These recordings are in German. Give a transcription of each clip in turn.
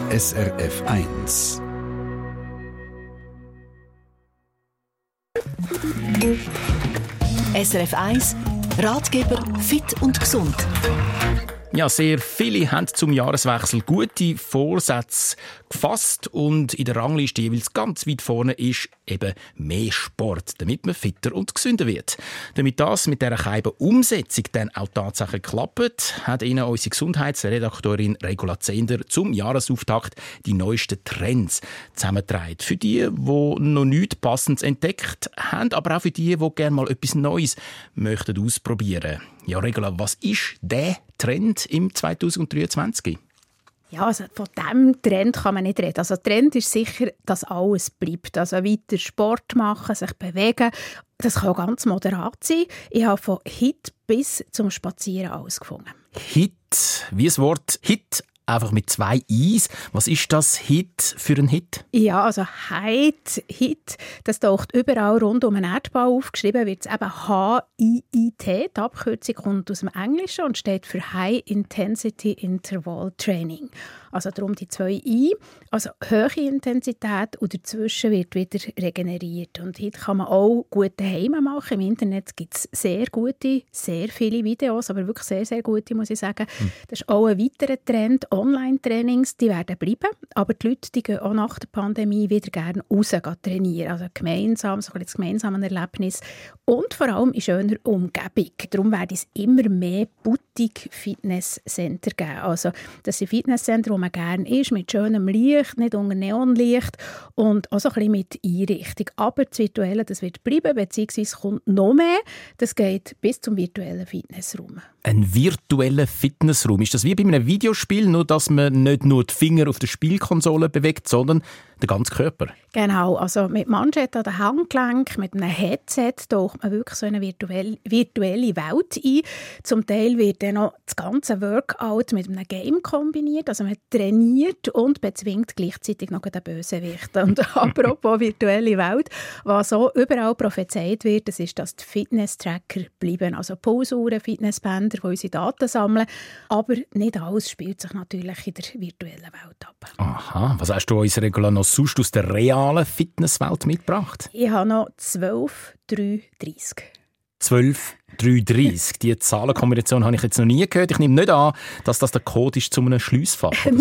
SRF 1. SRF 1, Ratgeber fit und gesund. Ja, sehr viele haben zum Jahreswechsel gute Vorsätze gefasst und in der Rangliste jeweils ganz weit vorne ist eben mehr Sport, damit man fitter und gesünder wird. Damit das mit dieser geheimen Umsetzung dann auch tatsächlich klappt, hat Ihnen unsere Gesundheitsredaktorin Regula Zehnder zum Jahresauftakt die neuesten Trends zusammengetragen. Für die noch nichts Passendes entdeckt haben, aber auch für die gerne mal etwas Neues möchten ausprobieren. Ja, Regula, was ist der Trend im 2023? Ja, also von diesem Trend kann man nicht reden. Also der Trend ist sicher, dass alles bleibt. Also weiter Sport machen, sich bewegen. Das kann auch ganz moderat sein. Ich habe von Hit bis zum Spazieren alles gefunden. Hit, wie das Wort Hit, einfach mit 2 I's. Was ist das Hit für ein Hit? Ja, also Hit, das taucht überall rund um einen Erdball aufgeschrieben, wird es eben HIIT. Die Abkürzung kommt aus dem Englischen und steht für High Intensity Interval Training. Also darum die 2 I. Also hohe Intensität und dazwischen wird wieder regeneriert. Und heute kann man auch gut daheim machen. Im Internet gibt es sehr viele Videos, aber wirklich sehr, sehr gute, muss ich sagen. Das ist auch ein weiterer Trend. Online-Trainings, die werden bleiben, aber die Leute, die gehen auch nach der Pandemie wieder gerne raus trainieren. Also gemeinsam, so ein das gemeinsame Erlebnis und vor allem in schöner Umgebung. Darum werden es immer mehr Boutique-Fitness-Center geben. Also das sind Fitnesscenter, wo man gerne ist, mit schönem Licht, nicht unter Neonlicht und auch so ein bisschen mit Einrichtung. Aber das Virtuelle, das wird bleiben, beziehungsweise kommt noch mehr. Das geht bis zum virtuellen Fitnessraum. Ein virtueller Fitnessraum. Ist das wie bei einem Videospiel, nur dass man nicht nur die Finger auf der Spielkonsole bewegt, sondern den ganzen Körper? Genau, also mit Manschette an den Handgelenk, mit einem Headset taucht man wirklich so eine virtuelle Welt ein. Zum Teil wird dann noch das ganze Workout mit einem Game kombiniert, also man trainiert und bezwingt gleichzeitig noch den Bösewicht. Und apropos virtuelle Welt, was so überall prophezeit wird, das ist, dass die Fitness-Tracker bleiben, also Pulsuhren, Fitnessbänder, die unsere Daten sammeln, aber nicht alles spielt sich natürlich in der virtuellen Welt ab. Aha, was hast du uns, Regula, noch sonst aus der realen Fitnesswelt mitgebracht? Ich habe noch 12,330. 12,330. Diese Zahlenkombination habe ich jetzt noch nie gehört. Ich nehme nicht an, dass das der Code ist zu einem Schliessfach. Nein,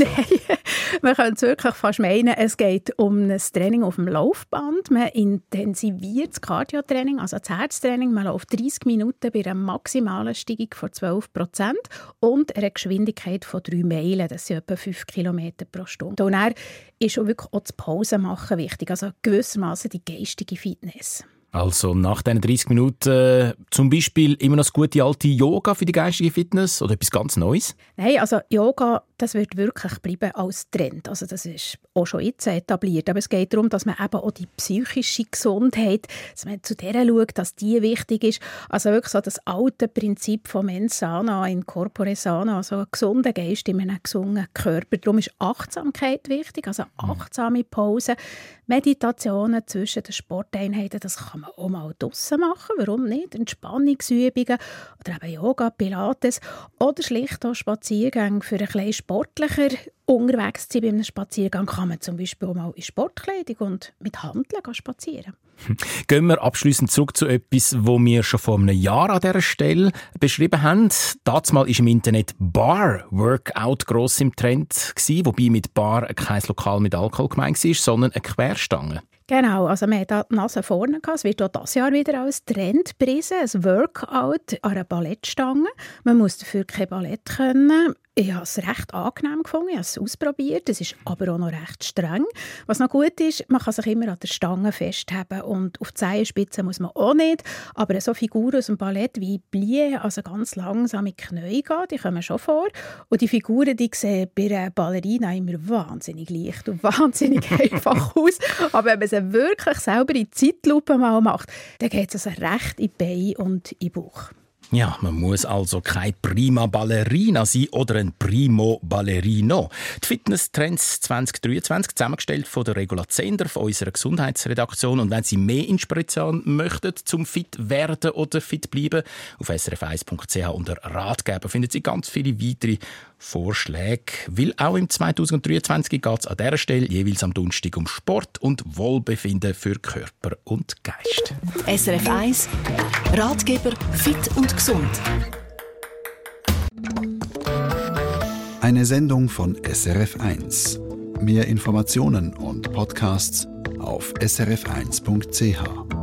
man könnte es wirklich fast meinen, es geht um ein Training auf dem Laufband. Man intensiviert das Cardio-Training, also das Herztraining. Man läuft 30 Minuten bei einer maximalen Steigung von 12% und einer Geschwindigkeit von 3 Meilen. Das sind etwa 5 Kilometer pro Stunde. Und dann ist auch wirklich auch das Pausenmachen wichtig, also gewissermaßen die geistige Fitness. Also nach diesen 30 Minuten zum Beispiel immer noch das gute alte Yoga für die geistige Fitness oder etwas ganz Neues? Nein, also Yoga, das wird wirklich bleiben als Trend. Also das ist auch schon jetzt etabliert. Aber es geht darum, dass man eben auch die psychische Gesundheit, dass man zu der schaut, dass die wichtig ist. Also wirklich so das alte Prinzip von Mens sana in corpore sana, also ein gesunder Geist in einem gesunden Körper. Darum ist Achtsamkeit wichtig, also achtsame Pausen, Meditationen zwischen den Sporteinheiten, das kann man auch mal draussen machen, warum nicht? Entspannungsübungen oder eben Yoga, Pilates oder schlicht auch Spaziergänge für ein bisschen sportlicher unterwegs zu sein. Bei einem Spaziergang kann man zum Beispiel auch mal in Sportkleidung und mit Hanteln spazieren. Gehen wir abschliessend zurück zu etwas, was wir schon vor einem Jahr an dieser Stelle beschrieben haben. Damals ist im Internet Bar-Workout gross im Trend gewesen, wobei mit Bar kein Lokal mit Alkohol gemeint war, sondern eine Querstange. Genau, also wir hatten die Nase vorne gehabt. Es wird auch dieses Jahr wieder als Trend gepriesen, ein Workout an einer Ballettstange. Man muss dafür kein Ballett können. Ich habe es recht angenehm gefunden, ich habe es ausprobiert. Es ist aber auch noch recht streng. Was noch gut ist, man kann sich immer an der Stange festhalten und auf die Zehenspitze muss man auch nicht. Aber so Figuren aus dem Ballett wie Plie, also ganz langsam mit Knie gehen, die kommen schon vor. Und die Figuren, die sehen bei einer Ballerina immer wahnsinnig leicht und wahnsinnig einfach aus. Aber wenn man sie wirklich selber in Zeitlupe mal macht, dann geht es also recht in die Beine und in den Bauch. Ja, man muss also keine Prima Ballerina sein oder ein Primo Ballerino. Die Fitness-Trends 2023 zusammengestellt von der Regula Zehnder von unserer Gesundheitsredaktion. Und wenn Sie mehr Inspiration möchten, zum fit werden oder fit bleiben, auf srf1.ch unter Ratgeber finden Sie ganz viele weitere Vorschläge, weil auch im 2023 geht es an dieser Stelle jeweils am Donnerstag um Sport und Wohlbefinden für Körper und Geist. SRF 1 Ratgeber Fit und Gesund. Eine Sendung von SRF 1. Mehr Informationen und Podcasts auf srf1.ch.